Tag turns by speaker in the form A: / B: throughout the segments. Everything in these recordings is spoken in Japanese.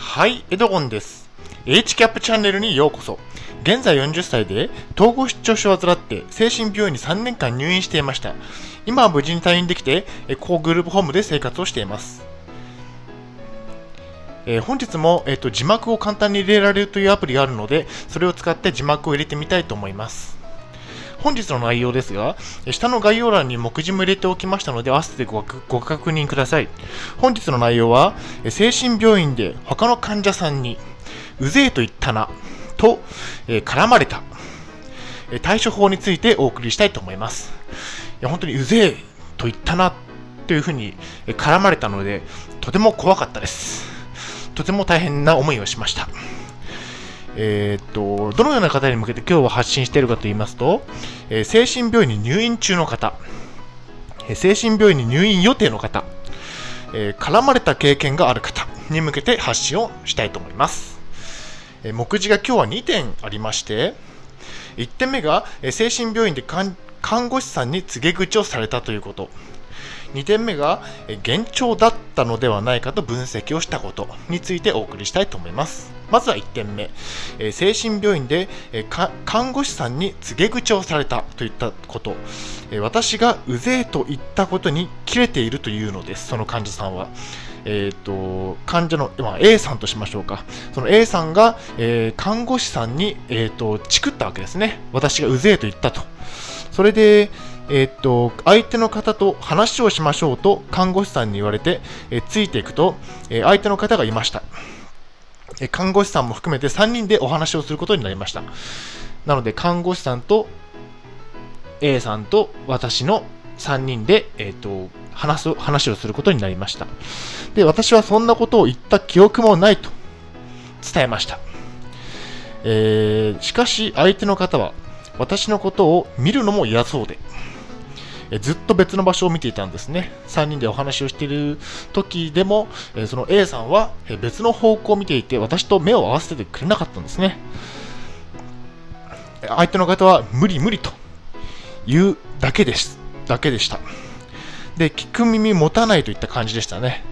A: はい、エドゴンです。H キャップチャンネルにようこそ。現在40歳で統合失調症を患って精神病院に3年間入院していました。今は無事に退院できて、高グループホームで生活をしています。本日も、字幕を簡単に入れられるというアプリがあるので、それを使って字幕を入れてみたいと思います。本日の内容ですが、下の概要欄に目次も入れておきましたので、合わせてご確認ください。本日の内容は、精神病院で他の患者さんに、うぜえと言ったな、と、絡まれた、対処法についてお送りしたいと思います。いや本当にうぜえと言ったな、というふうに絡まれたので、とても怖かったです。とても大変な思いをしました。どのような方に向けて今日は発信しているかと言いますと、精神病院に入院中の方、精神病院に入院予定の方、絡まれた経験がある方に向けて発信をしたいと思います。目次が今日は2点ありまして、1点目が精神病院で看護師さんに告げ口をされたということ、2点目が幻聴だったのではないかと分析をしたことについてお送りしたいと思います。まずは1点目、精神病院で看護師さんに告げ口をされたといったこと、私がうぜえと言ったことに切れているというのです。その患者さんは患者の、A さんとしましょうか。その A さんが、看護師さんに、チクったわけですね。私がうぜえと言ったと。それで相手の方と話をしましょうと看護師さんに言われて、ついていくと、相手の方がいました。看護師さんも含めて3人でお話をすることになりました。なので看護師さんと A さんと私の3人で、話をすることになりました。で、私はそんなことを言った記憶もないと伝えました。しかし相手の方は私のことを見るのも嫌そうで、ずっと別の場所を見ていたんですね。3人でお話をしている時でも、その A さんは別の方向を見ていて、私と目を合わせてくれなかったんですね。相手の方は無理無理と言うだけでした。で、聞く耳持たないといった感じでしたね。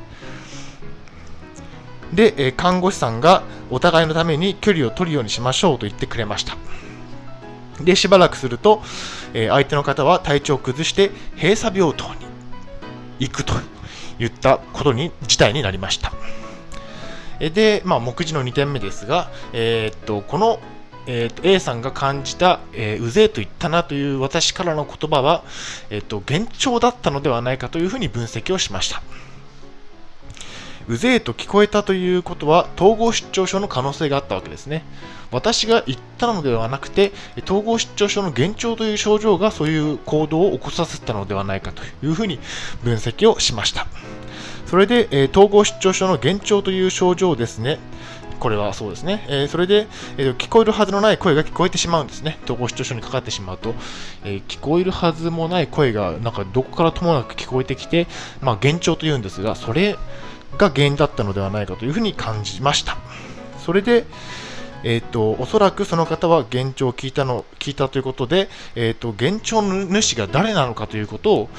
A: で、看護師さんがお互いのために距離を取るようにしましょうと言ってくれました。で、しばらくすると、相手の方は体調を崩して閉鎖病棟に行くといった事態になりました。で、目次の2点目ですが、この、A さんが感じた、うぜえと言ったなという私からの言葉は、幻聴だったのではないかというふうに分析をしました。うぜえと聞こえたということは統合失調症の可能性があったわけですね。私が言ったのではなくて、統合失調症の幻聴という症状がそういう行動を起こさせたのではないかというふうに分析をしました。それで、統合失調症の幻聴という症状ですね。これはそうですね。それで、聞こえるはずのない声が聞こえてしまうんですね。統合失調症にかかってしまうと、聞こえるはずもない声がなんかどこからともなく聞こえてきて、幻聴というんですが、それが原因だったのではないかというふうに感じました。それで、おそらくその方は幻聴を聞いたということで、幻聴の主が誰なのかということを、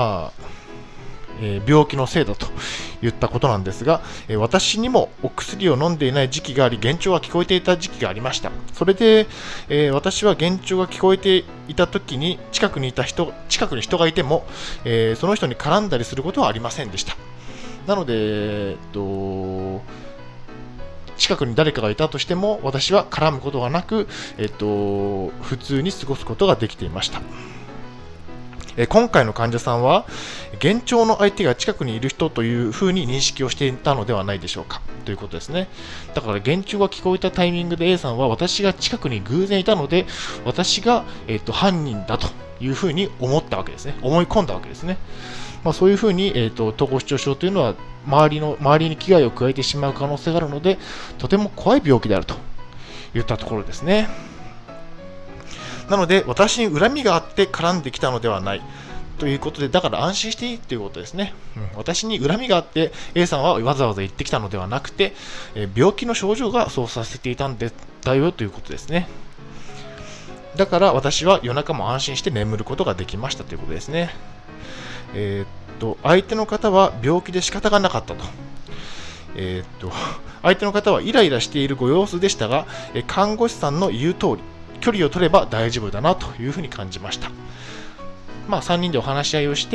A: 病気のせいだと言ったことなんですが、私にもお薬を飲んでいない時期があり、幻聴が聞こえていた時期がありました。それで、私は幻聴が聞こえていた時に近くに人がいても、その人に絡んだりすることはありませんでした。なので、近くに誰かがいたとしても私は絡むことがなく、普通に過ごすことができていました。今回の患者さんは幻聴の相手が近くにいる人というふうに認識をしていたのではないでしょうかということですね。だから幻聴が聞こえたタイミングで A さんは私が近くに偶然いたので、私が、犯人だというふうに思ったわけですね。思い込んだわけですね。そういうふうに、統合失調症というのは周りに危害を加えてしまう可能性があるので、とても怖い病気であるといったところですね。なので私に恨みがあって絡んできたのではないということで、だから安心していいということですね。私に恨みがあって A さんはわざわざ言ってきたのではなくて、病気の症状がそうさせていたんだよということですね。だから私は夜中も安心して眠ることができましたということですね。相手の方は病気で仕方がなかったと。 相手の方はイライラしているご様子でしたが、看護師さんの言う通り、距離を取れば大丈夫だなというふうに感じました。3人でお話し合いをして、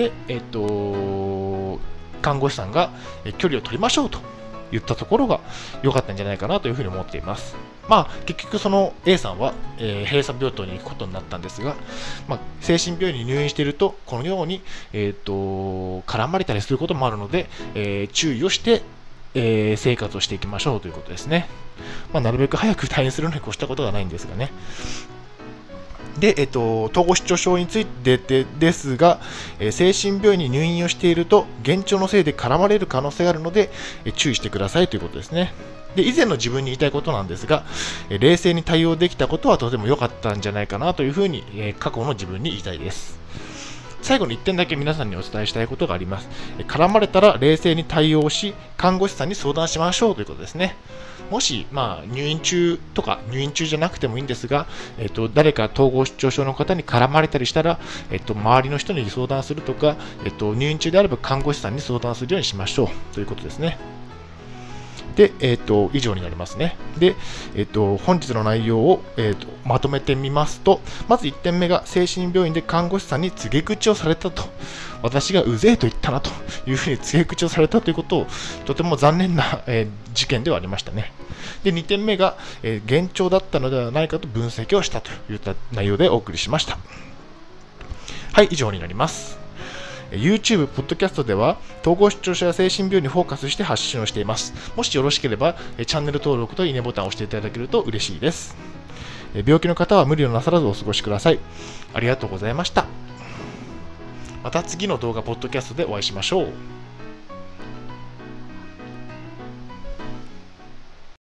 A: 看護師さんが距離を取りましょうと言ったところが良かったんじゃないかなというふうに思っています。結局その A さんは、閉鎖病棟に行くことになったんですが、精神病院に入院しているとこのように、絡まれたりすることもあるので、注意をして、生活をしていきましょうということですね。なるべく早く退院するのに越したことがないんですがね。で、統合失調症についてですが、精神病院に入院をしていると幻聴のせいで絡まれる可能性があるので、注意してくださいということですね。で、以前の自分に言いたいことなんですが、冷静に対応できたことはとても良かったんじゃないかなというふうに、過去の自分に言いたいです。最後に1点だけ皆さんにお伝えしたいことがあります。絡まれたら冷静に対応し、看護師さんに相談しましょうということですね。もし、入院中とか入院中じゃなくてもいいんですが、誰か統合失調症の方に絡まれたりしたら、周りの人に相談するとか、入院中であれば看護師さんに相談するようにしましょうということですね。で、以上になりますね。で、本日の内容を、まとめてみますと、まず1点目が精神病院で看護師さんに告げ口をされたと。私がうぜえと言ったなというふうに告げ口をされたということを、とても残念な、事件ではありましたね。で、2点目が、幻聴だったのではないかと分析をしたといった内容でお送りしました。はい、以上になります。YouTube、ポッドキャストでは統合失調症や精神病にフォーカスして発信をしています。もしよろしければチャンネル登録といいねボタンを押していただけると嬉しいです。病気の方は無理をなさらずお過ごしください。ありがとうございました。また次の動画、ポッドキャストでお会いしましょう。